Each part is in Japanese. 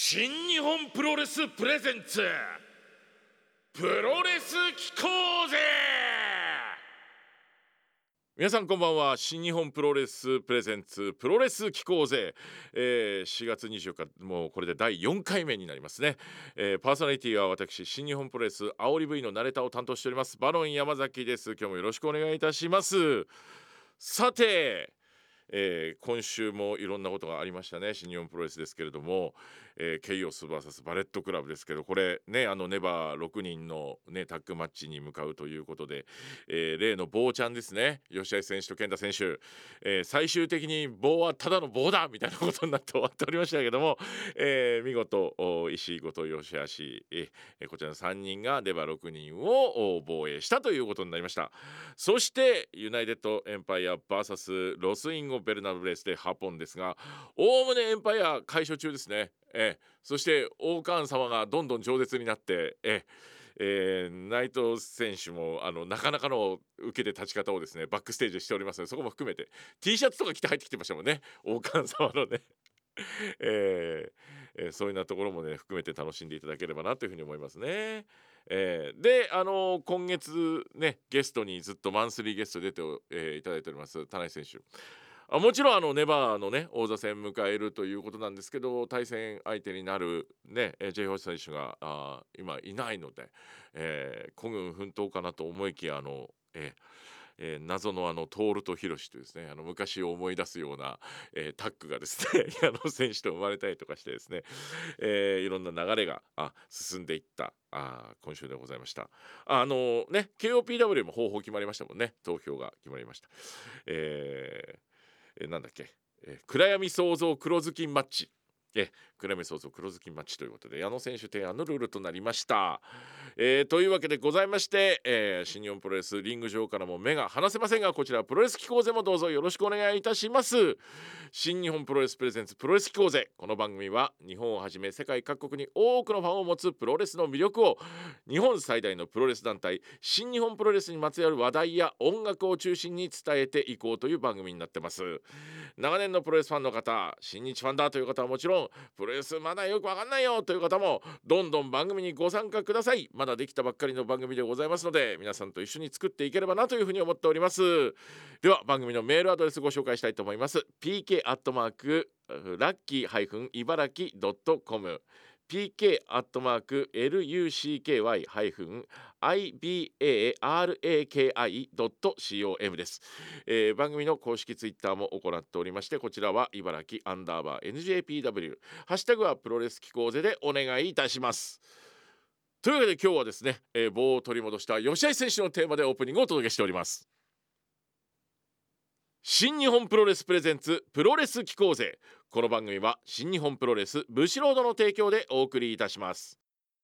新日本プロレスプレゼンツプロレス機構ぜ。皆さんこんばんは。新日本プロレスプレゼンツプロレス機構ぜ、4月24日もうこれで第4回目になりますね。パーソナリティは私新日本プロレス煽り V のナレーターを担当しておりますバロン山崎です。今日もよろしくお願いいたします。さて今週もいろんなことがありましたね。新日本プロレスですけれども、ケイオス VS バレットクラブですけど、これねネバー6人の、ね、タッグマッチに向かうということで、例の棒ちゃんですね、吉井選手と健太選手、最終的に棒はただの棒だみたいなことになって終わっておりましたけども、見事石井後藤吉橋、こちらの3人がネバー6人を防衛したということになりました。そしてユナイテッドエンパイア VS ロスインゴベルナブレスでハポンですが、おおむねエンパイア解消中ですね。そして王冠様がどんどん饒舌になって、内藤選手もなかなかの受けて立ち方をですねバックステージでしておりますので、そこも含めて T シャツとか着て入ってきてましたもんね、王冠様のねそういうようなところもね含めて楽しんでいただければなというふうに思いますね。で今月ねゲストにずっとマンスリーゲストで出て、いただいております田中選手、もちろんネバーのね王座戦迎えるということなんですけど、対戦相手になるねジェイホー選手が今いないので、孤軍奮闘かなと思いきや謎のトールとヒロシというですね昔を思い出すような、タッグがですね選手と生まれたりとかしてですね、いろんな流れが進んでいった今週でございました。KOPW も方法決まりましたもんね。投票が決まりました。なんだっけ、暗闇創造黒ずきんマッチ、暗闇創造黒ずきんマッチということで矢野選手提案のルールとなりました。というわけでございまして、新日本プロレスリング上からも目が離せませんが、こちらプロレス機構ぜもどうぞよろしくお願いいたします。新日本プロレスプレゼンツプロレス機構ぜ、この番組は日本をはじめ世界各国に多くのファンを持つプロレスの魅力を日本最大のプロレス団体新日本プロレスにまつわる話題や音楽を中心に伝えていこうという番組になってます。長年のプロレスファンの方、新日ファンだという方はもちろん、プロレスまだよくわかんないよという方もどんどん番組にご参加ください。まだできたばっかりの番組でございますので、皆さんと一緒に作っていければなというふうに思っております。では番組のメールアドレスご紹介したいと思います。 pk アットマークラッキー茨城 .com pk-lucky-ibaraki.com です。番組の公式ツイッターも行っておりまして、こちらは茨城_NJPW、ハッシュタグはプロレス機構ぜでお願いいたします。というわけで今日はですね、棒を取り戻した吉井選手のテーマでオープニングをお届けしております。新日本プロレスプレゼンツプロレス機構ぜ。この番組は新日本プロレスブシロードの提供でお送りいたします。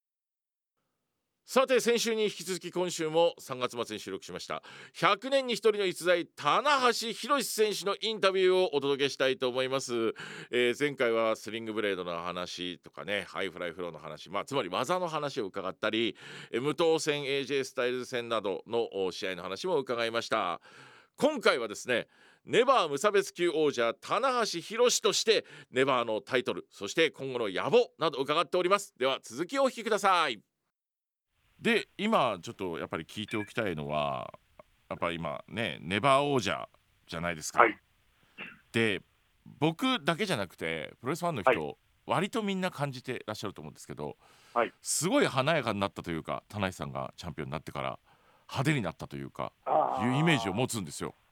さて先週に引き続き今週も3月末に収録しました100年に一人の逸材棚橋宏選手のインタビューをお届けしたいと思います。前回はスリングブレードの話とかね、ハイフライフローの話、つまり技の話を伺ったり、武藤戦 AJ スタイルズ戦などの試合の話も伺いました。今回はですね、ネバー無差別級王者棚橋宏としてネバーのタイトル、そして今後の野望など伺っております。では続きをお聞きください。で今ちょっとやっぱり聞いておきたいのは、やっぱり今ねネバー王者じゃないですか、 はい、 で僕だけじゃなくてプロレスファンの人、 はい、 割とみんな感じてらっしゃると思うんですけど、 はい、 すごい華やかになったというか、田中さんがチャンピオンになってから派手になったというかいうイメージを持つんですよ。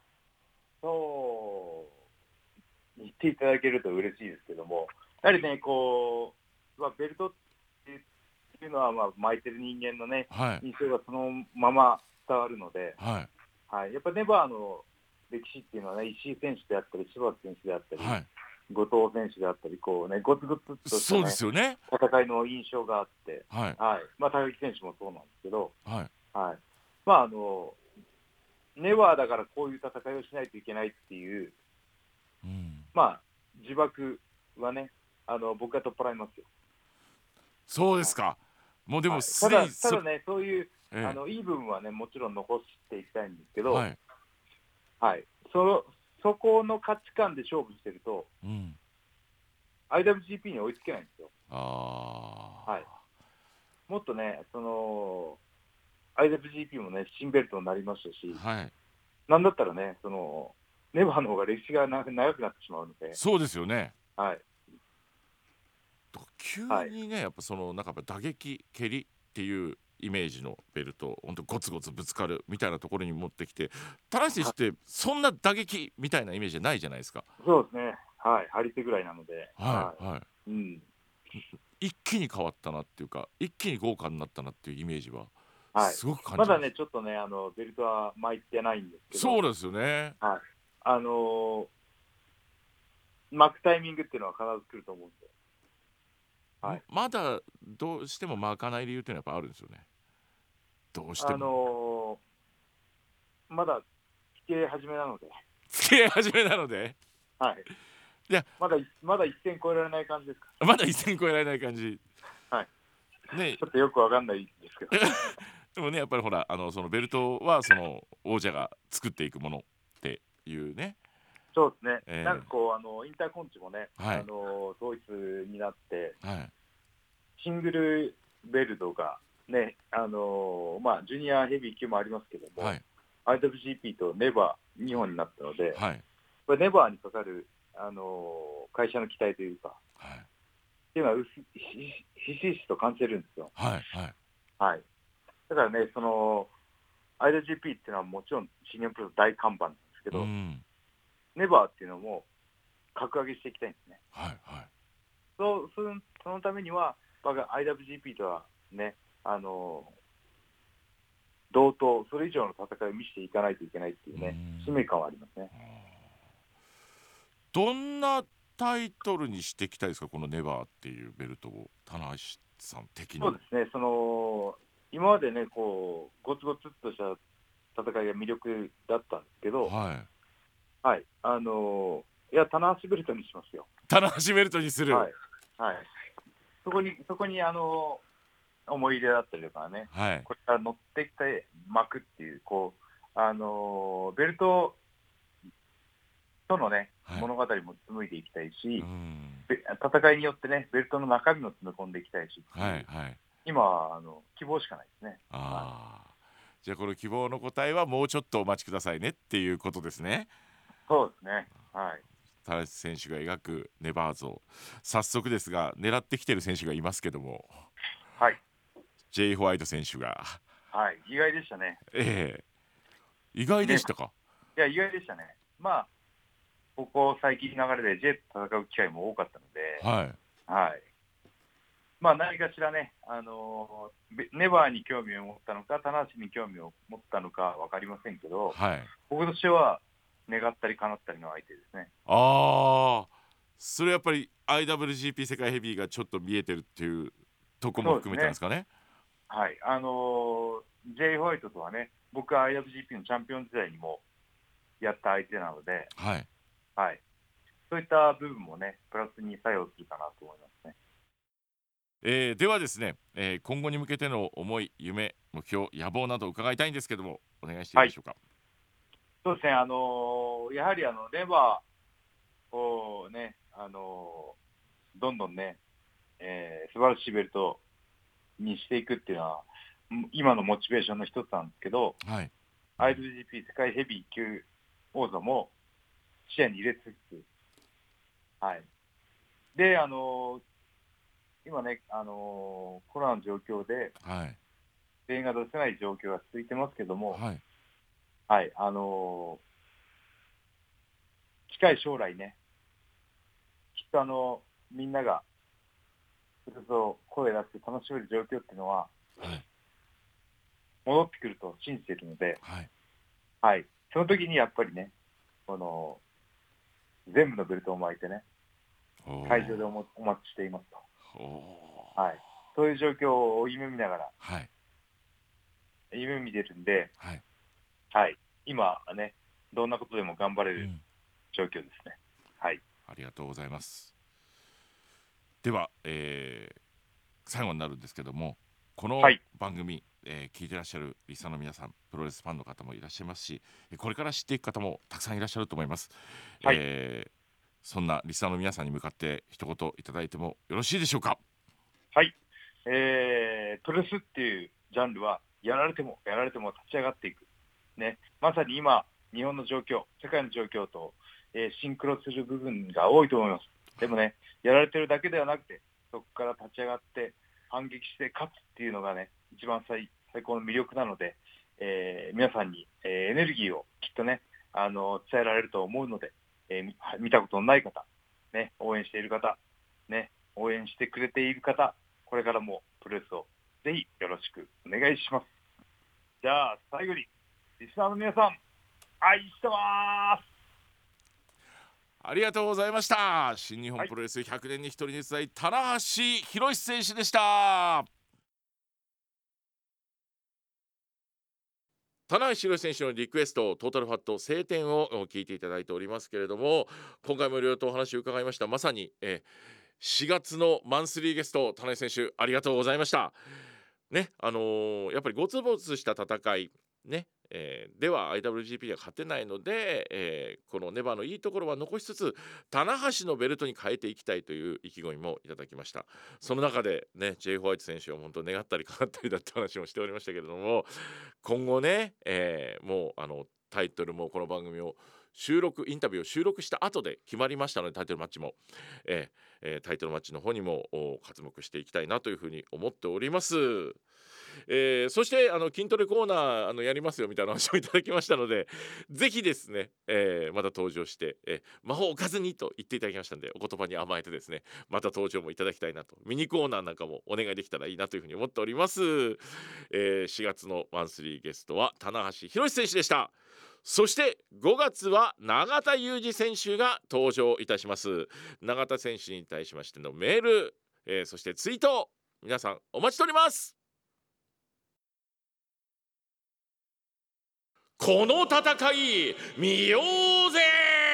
そう言っていただけると嬉しいですけども、やはりね、ベルトっていうのは、巻いてる人間のね、 はい印象がそのまま伝わるので、 はいはい、やっぱネバーの歴史っていうのはね、石井選手であったり、柴田選手であったり、 はい後藤選手であったり、ゴツゴツとしたそうでね、 すよね。 戦いの印象があって、 はいはい、高木選手もそうなんですけど、 はいはい、ネバーだからこういう戦いをしないといけないっていう、呪縛はね、僕が取っ払いますよ。 そうですか、もうでもすでにただね、そういう、 えいい部分はね、もちろん残していきたいんですけど、 はいはい、そこの価値観で勝負してると、IWGP に追いつけないんですよ。 あはい、もっとね、IWGP もね、新ベルトになりましたし、 はい。 なんだったらね、ネバーの方が歴史が長くなってしまうので、 そうですよね。 はい、はい、 急にね、やっぱそのなんかやっぱ打撃蹴りっていうイメージのベルト、ほんとゴツゴツぶつかるみたいなところに持ってきて、田中選手はってそんな打撃みたいなイメージじゃないじゃないですか。 そうですね、はい、張り手ぐらいなので、ははいはい。 い、うん、 一気に変わったなっていうか、一気に豪華になったなっていうイメージははい。 すごく感まだね、 じます。 ちょっとね、ベルトは巻いてないんですけど、 そうですよね。 はい、あの巻くタイミングっていうのは必ず来ると思うんで、はい。 まだどうしても巻かない理由っていうのはやっぱあるんですよね。どうしてあも。 のまだ規定始めなので、 付き合い始めなので、 はい。 いや、 まだ一線超えられない感じですか。 まだ一線越えられない感じ。 はい。 ね。 ちょっとよくわかんないですけど。 でもね、やっぱりほら、そのベルトはその王者が作っていくものっていうね。 そうですね。なんかえこう、インターコンチもね、 はい、 統一になって、 はい、 シングルベルトがね、ジュニアヘビー級もありますけども、 はい、 IWGP とネバー2本になったので、 はい、 これネバーにかかる、会社の期待というか、っはい、 ていうのはひしひしと感じてるんですよ。 はい、はい。 はい。だからね、IWGP っていうのはもちろん新日本プロレス大看板なんですけど、 うん。 ネバーっていうのも格上げしていきたいんですね。 はい、はい。 そのためには、IWGP とはね、あの同等、それ以上の戦いを見せていかないといけないっていううね、 ん。 使命感はありますね。 どんなタイトルにしていきたいですか、このネバーっていうベルトを、棚橋さん的には。 そうですね、今までね、こう、ゴツゴツっとした戦いが魅力だったんですけど、 はい。 はい、いや、棚橋ベルトにしますよ。 棚橋ベルトにする。 はい。はい。そこに思い入れだったりとかね、 はい、 これから乗ってきて巻くっていう、ベルトとのね、 はい。 物語も紡いでいきたいうし、 ん。 戦いによってね、ベルトの中身も詰め込んでいきたいしっていう、 はい、はい。 今は希望しかないですね。はい。 ああ。じゃあこの希望の答えはもうちょっとお待ちくださいねっていうことですね。 そうですね。はい。 田中選手が描くネバー像、早速ですが狙ってきてる選手がいますけども、 はい。 J. ホワイト選手が、 はい。意外でしたね。 ええ、意外でね。 したか。 いや、意外でしたね。まあ、ここ最近流れで J と戦う機会も多かったので、 はい、 はい。まあ、何かしらね、ネバーに興味を持ったのか、棚橋に興味を持ったのか分かりませんけど、 はい。 僕としては、願ったり叶ったりの相手ですね。 ああ、それやっぱり IWGP 世界ヘビーがちょっと見えてるっていうとこも含そうですね。 めてなんですかね。 はい。J. ホワイトとはね、僕は IWGP のチャンピオン時代にもやった相手なので、 はい。 はい。そういった部分もね、プラスに作用するかなと思いますね。 ではですね、今後に向けての思い、夢、目標、野望など伺いたいんですけども、お願いしていいはい。 でしょうか。 そうですね。やはりレバーをね、どんどんね、素晴らしいベルトにしていくっていうのは、今のモチベーションの一つなんですけど、 はい。 IWGP 世界ヘビー級王座も視野に入れつつ、はい。で、今ね、コロナの状況で、 はい。 声援が出せない状況が続いてますけども、 はい。 はい、近い将来ね、きっとみんなが、それこそ声を出して楽しめる状況っていうのは、 はい。 戻ってくると信じているので、 はい。 はい。その時にやっぱりね、この、全部のベルトを巻いてね、 おお。 会場でお待ちしていますと。 おお。 はい。そういう状況を夢見ながら、 はい。 夢見てるんで、 はい。 はい。今ね、どんなことでも頑張れるうん。 状況ですね。はい。 ありがとうございます。では、最後になるんですけども、このはい。 番組、聞いてらっしゃるリスナーの皆さん、プロレスファンの方もいらっしゃいますし、これから知っていく方もたくさんいらっしゃると思います。 はい。 そんなリスナーの皆さんに向かって一言いただいてもよろしいでしょうか。 はい、プロレスっていうジャンルはやられても立ち上がっていく、ね、まさに今日本の状況、世界の状況と、シンクロする部分が多いと思います。でもね、やられてるだけではなくて、そこから立ち上がって反撃して勝つっていうのがね、一番最高の魅力なので、皆さんに、エネルギーをきっとね、伝えられると思うので、見たことのない方、ね、応援している方、ね、応援してくれている方、これからもプロレスをぜひよろしくお願いします。じゃあ最後にリスナーの皆さん、愛してます。 ありがとうございました。新日はい、 本プロレス100年に一人に伝え棚橋宏選手でした。棚橋宏選手のリクエストトータルファット晴天を聞いていただいておりますけれども、今回もいろいろとお話を伺いました。まさに、4月のマンスリーゲスト棚橋選手ありがとうございましたね。やっぱりゴツゴツした戦いね、では IWGP が勝てないので、このネバーのいいところは残しつつ棚橋のベルトに変えていきたいという意気込みもいただきました。その中でね J. ホワイト選手を本当願ったりかかったりだって話もしておりましたけれども、今後ね、もうタイトルもこの番組をインタビューを収録した後で決まりましたので、タイトルマッチも、タイトルマッチの方にも活目していきたいなというふうに思っております。そして筋トレコーナーやりますよみたいな話をいただきましたので、ぜひですね、また登場して、魔法おかずにと言っていただきましたので、お言葉に甘えてですね、また登場もいただきたいなと、ミニコーナーなんかもお願いできたらいいなというふうに思っております。4月のマンスリーゲストは棚橋宏選手でした。そして5月は永田裕二選手が登場いたします。永田選手に対しましてのメール、そしてツイート、皆さんお待ちしております。この戦い見ようぜ。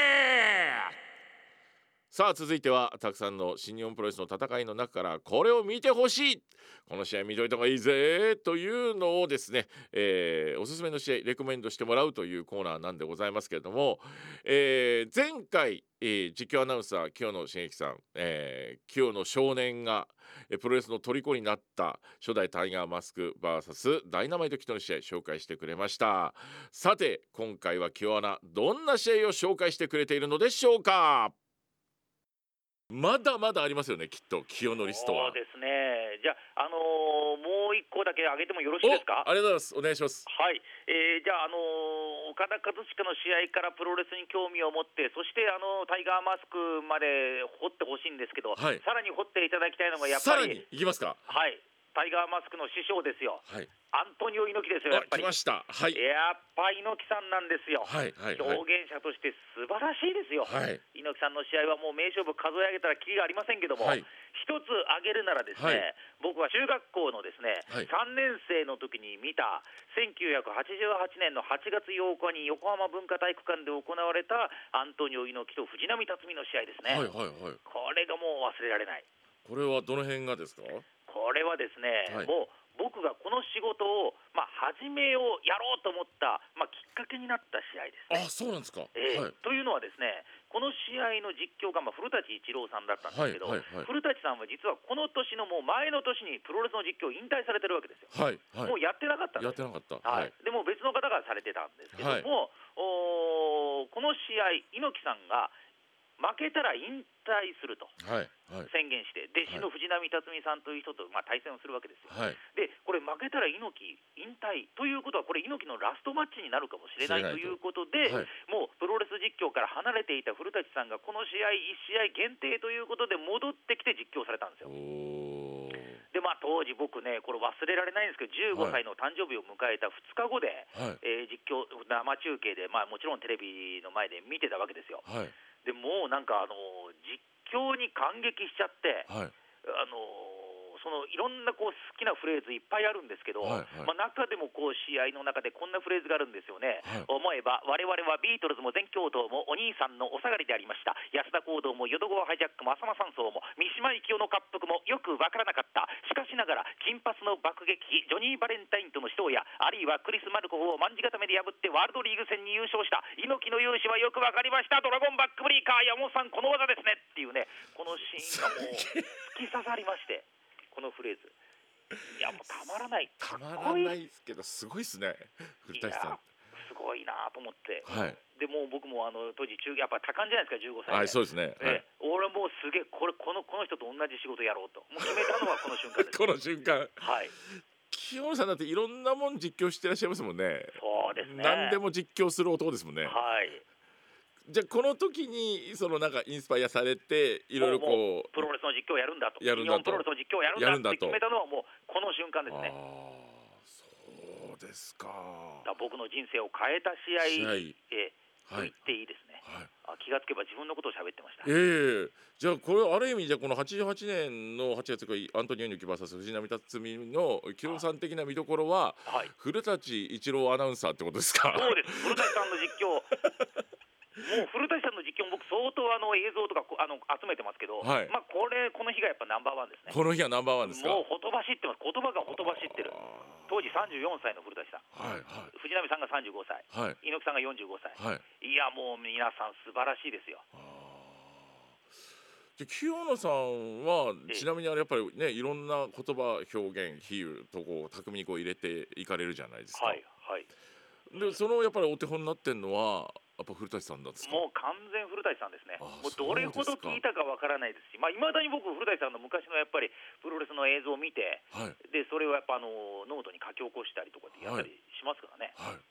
さあ続いてはたくさんの新日本プロレスの戦いの中からこれを見てほしい、この試合見といた方がいいぜというのをですね、おすすめの試合レコメンドしてもらうというコーナーなんでございますけれども、前回、実況アナウンサー清野茂樹さん、清野少年がプロレスの虜になった初代タイガーマスク VS ダイナマイトキトの試合紹介してくれました。さて今回は清アナどんな試合を紹介してくれているのでしょうか。まだまだありますよね、きっと清のリストは。 そうですね。じゃあ、もう一個だけ挙げてもよろしいですか？ ありがとうございます。お願いします。 はい。じゃあ、岡田和親の試合からプロレスに興味を持って、そしてタイガーマスクまで掘ってほしいんですけど、 はい、 さらに掘っていただきたいのがやっさぱり、 らにいきますか。 はい、タイガーマスクの師匠ですよ。 はい、 アントニオ猪木ですよ、やっぱり。 来ました。はい、 やっぱ猪木さんなんですよ。 はいはいはい、 表現者として素晴らしいですよ。 はい、 猪木さんの試合はもう名勝負数え上げたらキリがありませんけども、 はい、 一つ挙げるならですね、 はい、 僕は中学校のですね、 はい、 3年生の時に見た1988年の8月8日に横浜文化体育館で行われたアントニオ猪木と藤波辰巳の試合ですね。 はいはいはい、 これがもう忘れられない。 これはどの辺がですか。 これはですね、 はい、 もう僕がこの仕事を、始めようやろうと思った、きっかけになった試合ですね。 あ、そうなんですか。はい、 というのはですね、この試合の実況が、古舘一郎さんだったんですけど、 はいはいはい、 古舘さんは実はこの年のもう前の年にプロレスの実況を引退されてるわけですよ。 はいはい、 もうやってなかったんです。 やってなかった。 はい、でも別の方がされてたんですけども、この試合猪木さんが負けたら引退するとはいはい、 宣言して、弟子の藤波辰巳さんという人と対戦をするわけですよ。 はい、 でこれ負けたら猪木引退ということは、これ猪木のラストマッチになるかもしれないということで、 はい、 もうプロレス実況から離れていた古舘さんがこの試合1試合限定ということで戻ってきて実況されたんですよ。で当時僕ね、これ忘れられないんですけど、15歳の誕生日を迎えた2日後で、 はい、 実況生中継で、もちろんテレビの前で見てたわけですよ。 はい、 でもうなんか実況に感激しちゃって、 はい、 いろんな好きなフレーズいっぱいあるんですけど、 はいはい、 中でも試合の中でこんなフレーズがあるんですよね。 はい、 思えば我々はビートルズも全教頭もお兄さんのお下がりでありました。安田講堂も淀川ハイジャックも浅間山荘も三島由紀夫の滑腹もよくわからなかった。しかしながら金髪の爆撃機ジョニー・バレンタインとの死闘や、あるいはクリス・マルコフを卍固めで破ってワールドリーグ戦に優勝した猪木の勇姿はよくわかりました。ドラゴンバックブリーカー山本さんこの技ですねっていうね、このシーンがもう突き刺さりまして、ここのフレーズ、いやもうたまらない、 たまらないですけどすごいですね、古舘さん。 すごいなと思って、 はい。 でもう僕も当時やっぱ多感じゃないですか、15歳で、 はい、そうですね。はい。 俺もうすげえこの人と同じ仕事やろうともう決めたのはこの瞬間ですこの瞬間。 はい、 清野さんだっていろんなもん実況してらっしゃいますもんね。 そうですね、 何でも実況する男ですもんね。 はい、 じゃあこの時にそのなんかインスパイアされていろいろこうプロレスの実況をやるんだと、 やるんだと日本プロレスの実況をやるんだって決めたのはもうこの瞬間ですね。 そうですか。 だから僕の人生を変えた試合と言っていいですね、 はい、 気がつけば自分のことを喋ってました。 じゃあこれある意味じゃこの88年の8月アントニオ猪木 VS 藤波辰巳の清野さん的な見どころは、 はい、 古舘一郎アナウンサーってことですか。 そうです、古舘さんの実況もう古舘さんの実況も僕相当映像とか集めてますけど、 はい、 まあこの日がやっぱナンバーワンですね。 この日はナンバーワンですか。 もうほとばしってます、言葉がほとばしってる。当時34歳の古舘さん、 はいはい、 藤波さんが35歳、 はい、猪木さんが45歳、 はい、 いやもう皆さん素晴らしいですよ。 で清野さんはちなみにやっぱりねいろんな言葉表現比喩とこう巧みにこう入れていかれるじゃないですか。 はいはい、 でそのやっぱりお手本になってんのはやっぱ古舘さんなんですか。 もう完全古舘さんですね。もうどれほど聞いたたかわからないですし、まあ、未だに僕古舘さんの昔のやっぱりプロレスの映像を見て、 はい、 でそれをやっぱノートに書き起こしたりとかってやったりしますからね。 はい、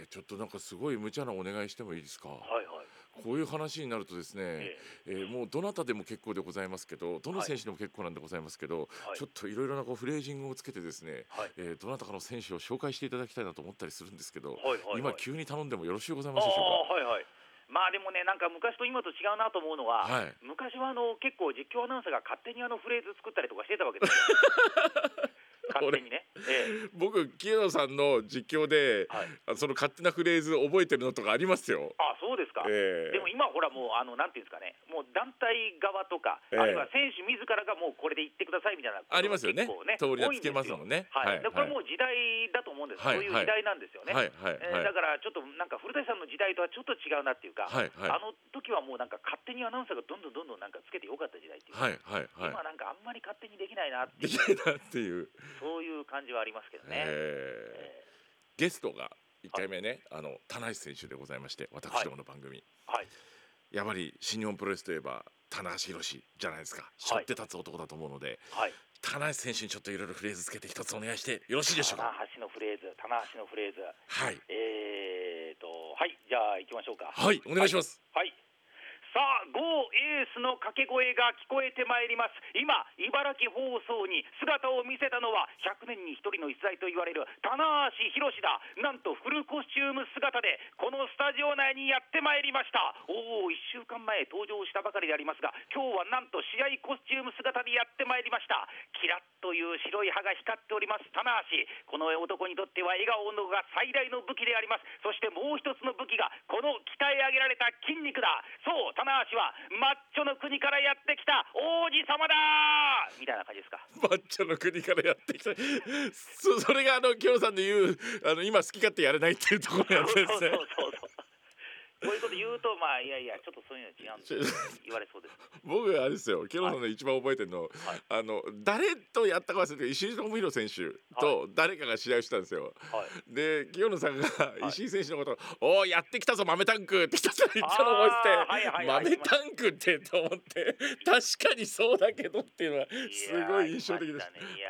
ちょっとなんかすごい無茶なお願いしてもいいですか。 はいはい、 こういう話になるとですね、もうどなたでも結構でございますけど、どの選手でも結構なんでございますけど、 はい、 ちょっといろいろなこうフレージングをつけてですね、 はい、 どなたかの選手を紹介していただきたいなと思ったりするんですけど、 はいはいはい、 今急に頼んでもよろしゅうございますでしょうか。 はいはい、まあでもね、なんか昔と今と違うなと思うのは、 はい、 昔は結構実況アナウンサーが勝手にフレーズ作ったりとかしてたわけですよ勝手にね、 僕清野さんの実況で、その勝手なフレーズ覚えてるのとかありますよ。 あ、そうですか。でも今ほらもうなんていうんですかね、もう団体側とか、あるいは選手自らがもうこれで言ってくださいみたいなありますよね。 結構ね、 通りはつけますもんね。 はい、これもう時代だと思うんです、そういう時代なんですよね。だからちょっとなんか古舘さんの時代とはちょっと違うなっていうか、時はもうなんか勝手にアナウンサーがどんどんなんかつけてよかった時代っていうか、今なんかあんまり勝手にできないなっていう、そういう感じはありますけどね。 ゲストが1回目ね、田無選手でございまして、私どもの番組、やっぱり新日本プロレスといえば棚橋宏じゃないですか。背負って立つ男だと思うので、棚橋選手にちょっといろいろフレーズつけて一つお願いしてよろしいでしょうか。 棚橋のフレーズ、棚橋のフレーズ、 はい、 はい、じゃあ行きましょうか。 はい、お願いします。 はい、さあ、ゴーエースの掛け声が聞こえてまいります。今、茨城放送に姿を見せたのは100年に1人の逸材と言われる棚橋宏だ。なんとフルコスチューム姿でこのスタジオ内にやってまいりました。1週間前登場したばかりでありますが、今日はなんと試合コスチューム姿でやってまいりました。キラッという白い歯が光っております棚橋。この男にとっては笑顔のが最大の武器であります。そしてもう一つの武器がこの鍛え上げられた筋肉だ。そう、棚橋はマッチョの国からやってきた王子様だみたいな感じですか。 マッチョの国からやってきたそれが清野さんで言う今好き勝手やれないっていうところなんですね。 そうこういうこと言うと、まあいやいやちょっとそういうの違うんです言われそうです。 僕あれですよ、清野さんの一番覚えてるの、誰とやったか忘れて石井智弘選手と誰かが試合したんですよ。で清野さんが石井選手のことを、おーやってきたぞ豆タンクってひたすら言ったのを覚えてて、豆タンクってと思って確かにそうだけどっていうのはすごい印象的でした。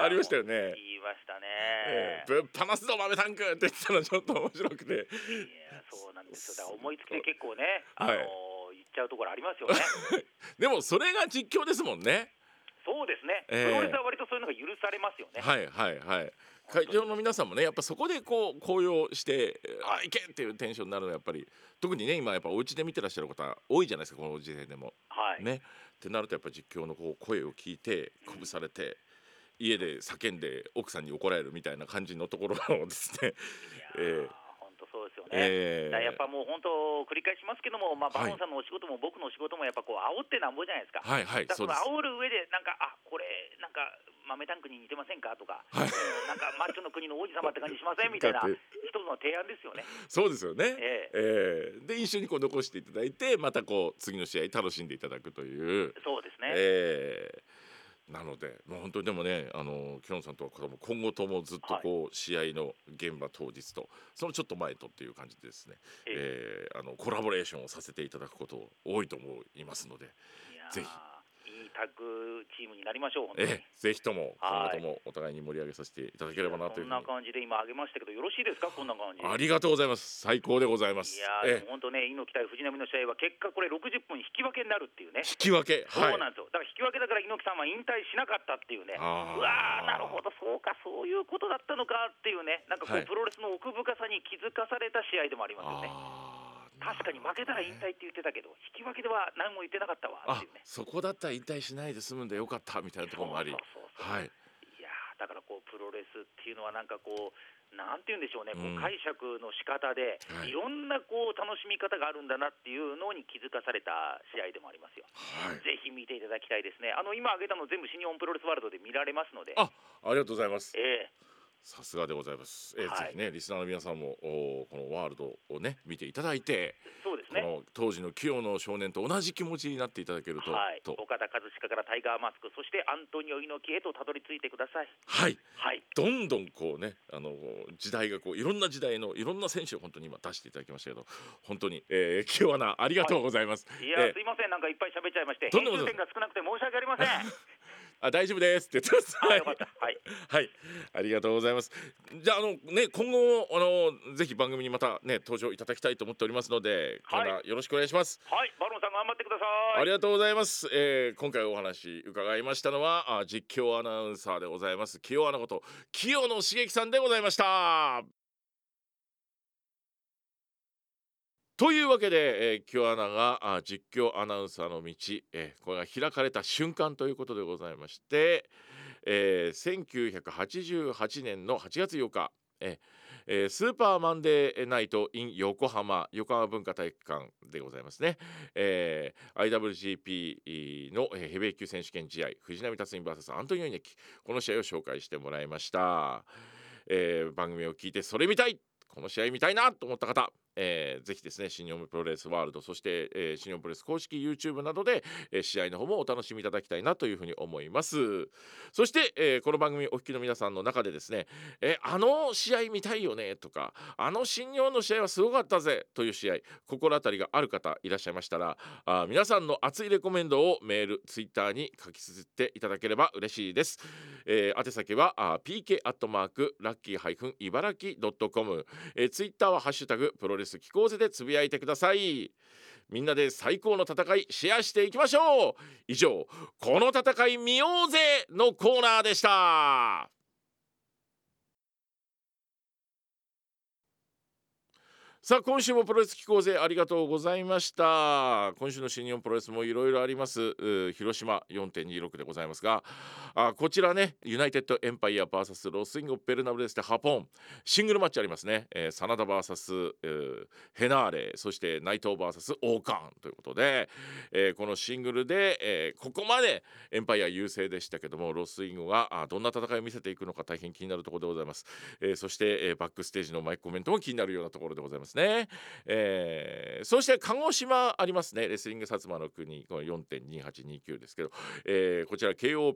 ありましたよね。 言いましたね。 ぶっ放すぞ豆タンクって言ったのちょっと面白くて。 そうなんですよ。だから思いつきで結構ね、言っちゃうところありますよね。 でもそれが実況ですもんね。 そうですね。プロレスは割とそういうのが許されますよね。 会場の皆さんもね、やっぱそこでこう高揚していけっていうテンションになるのはやっぱり特にね今やっぱお家で見てらっしゃる方多いじゃないですか、この時点でも。ね。ってなるとやっぱ実況のこう声を聞いて鼓舞されて。家で叫んで奥さんに怒られるみたいな感じのところをですね。 本当そうですよね。やっぱもう本当繰り返しますけども、バロンさんのお仕事も僕のお仕事もやっぱこう煽ってなんぼじゃないですか。その煽る上でなんかこれなんか豆タンクに似てませんかとか、なんかマッチョの国の王子様って感じしませんみたいな一つの提案ですよね。 そうですよね。で一緒にこう残していただいてまたこう次の試合楽しんでいただくという。 そうですね。 なのでもう本当にでもねキヨンさんとは今後ともずっとこう、試合の現場当日とそのちょっと前とっていう感じでですね、コラボレーションをさせていただくこと多いと思いますので、ぜひいいタッグチームになりましょう。本当にぜひとも今後ともお互いに盛り上げさせていただければなというふうに。 そんな感じで今挙げましたけどよろしいですか？こんな感じ。 ありがとうございます。最高でございます。 いやでも本当ね、猪木対藤波の試合は結果これ60分引き分けになるっていうね。 引き分け、 そうなんですよ。だから引き分けだから猪木さんは引退しなかったっていうね。うわー、なるほど、そうか、そういうことだったのかっていうね、なんかこう、プロレスの奥深さに気づかされた試合でもありますよね。確かに負けたら引退って言ってたけど、引き分けでは何も言ってなかったわっていうね。 そこだったら引退しないで済むんでよかったみたいなところもあり、はい。 いやだからこうプロレスっていうのはなんかこうなんて言うんでしょうね、こう解釈の仕方で、いろんなこう楽しみ方があるんだなっていうのに気づかされた試合でもありますよ。ぜひ見ていただきたいですね。今挙げたの全部新日本プロレスワールドで見られますので。 ありがとうございます。さすがでございます。ぜひね、リスナーの皆さんもこのワールドをね見ていただいて、 そうですね、 この当時の清野少年と同じ気持ちになっていただけると、 岡田和親からタイガーマスク、そしてアントニオ猪木へとたどり着いてください。どんどんこうね時代がこういろんな時代のいろんな選手を本当に今出していただきましたけど、本当に清アナありがとうございます。 いやすいません、なんかいっぱい喋っちゃいまして、編集点が少なくて申し訳ありません。 大丈夫ですって言ってます。 よかった。 はい、ありがとうございます。じゃあね今後もぜひ番組にまたね登場いただきたいと思っておりますので、よろしくお願いします。 はい、バロンさん頑張ってください。 ありがとうございます。今回お話伺いましたのは実況アナウンサーでございます清アナこと清野茂樹さんでございました。というわけで、清アナが実況アナウンサーの道、これが開かれた瞬間ということでございまして、1988年の8月8日、スーパーマンデーナイト in 横浜文化体育館でございますね。IWGP のヘビー級選手権試合、藤波辰巳 vs アントニオ猪木、この試合を紹介してもらいました。番組を聞いてそれ見たい、この試合見たいなと思った方、ぜひですね新日本プロレスワールド、そして、新日本プロレス公式 YouTube などで、試合の方もお楽しみいただきたいなというふうに思います。そして、この番組お聞きの皆さんの中でですね、あの試合見たいよねとか、あの新日本の試合はすごかったぜという試合、心当たりがある方いらっしゃいましたら、皆さんの熱いレコメンドをメール、ツイッターに書き綴っていただければ嬉しいです。宛先はpk@lucky-茨城.com、ツイッターはハッシュタグプロレス機構ぜでつぶやいてください。みんなで最高の戦いシェアしていきましょう。以上、この戦い見ようぜのコーナーでした。さあ今週もプロレス機構勢ありがとうございました。今週の新日本プロレスもいろいろあります。広島 4.26 でございますが、こちらねユナイテッドエンパイア vs ロスインゴベルナブレスでハポンシングルマッチありますね。真田 vs ヘナーレ、そして内藤 vs オーカンということで、このシングルで、ここまでエンパイア優勢でしたけども、ロスインゴがどんな戦いを見せていくのか大変気になるところでございます。そして、バックステージのマイクコメントも気になるようなところでございますね。そして鹿児島ありますね、レスリング薩摩の国、この 4.2829 ですけど、こちら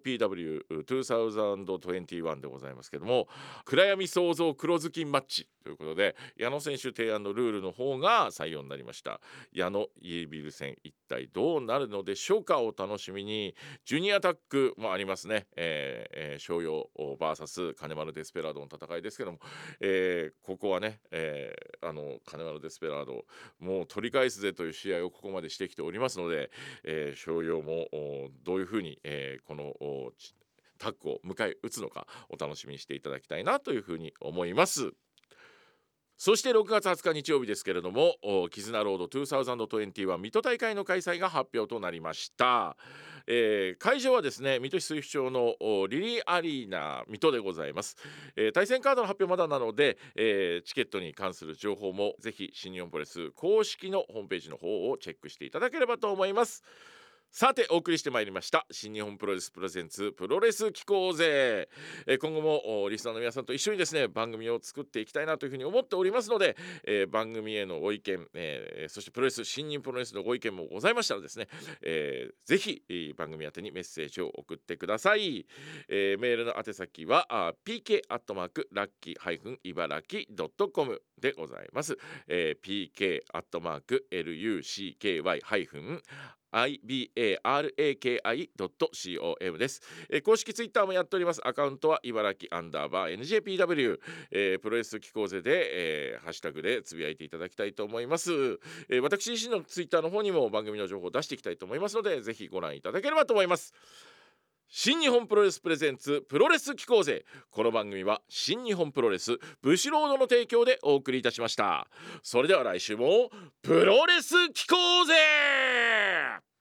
KOPW2021 でございますけども、暗闇創造黒ずきんマッチということで矢野選手提案のルールの方が採用になりました。矢野イエビル戦一体どうなるのでしょうか、お楽しみに。ジュニアタックもありますね。商用 VS 金丸デスペラードの戦いですけども、ここはね、金丸デスペラードもう取り返すぜという試合をここまでしてきておりますので、商用もどういうふうに、このタッグを迎え撃つのかお楽しみにしていただきたいなというふうに思います。そして6月20日日曜日ですけれども、絆ロード2021水戸大会の開催が発表となりました。会場はですね水戸市水府町のリリーアリーナ水戸でございます。対戦カードの発表まだなので、チケットに関する情報もぜひ新日本プロレス公式のホームページの方をチェックしていただければと思います。 さてお送りしてまいりました新日本プロレスプレゼンツプロレス機構勢、今後もリスナーの皆さんと一緒にですね番組を作っていきたいなというふうに思っておりますので、番組へのご意見、そしてプロレス新日本プロレスのご意見もございましたらですね、ぜひ番組宛てにメッセージを送ってください。メールの宛先はpk@lucky-茨城.com でございます。pk@lucky-ibaraki.com です。公式ツイッターもやっております。アカウントは茨城_NJPW、プロレス機構勢で、ハッシュタグでつぶやいていただきたいと思います。私自身のツイッターの方にも番組の情報を出していきたいと思いますので、ぜひご覧いただければと思います。新日本プロレスプレゼンツプロレス機構勢、この番組は新日本プロレスブシロードの提供でお送りいたしました。それでは来週もプロレス機構勢。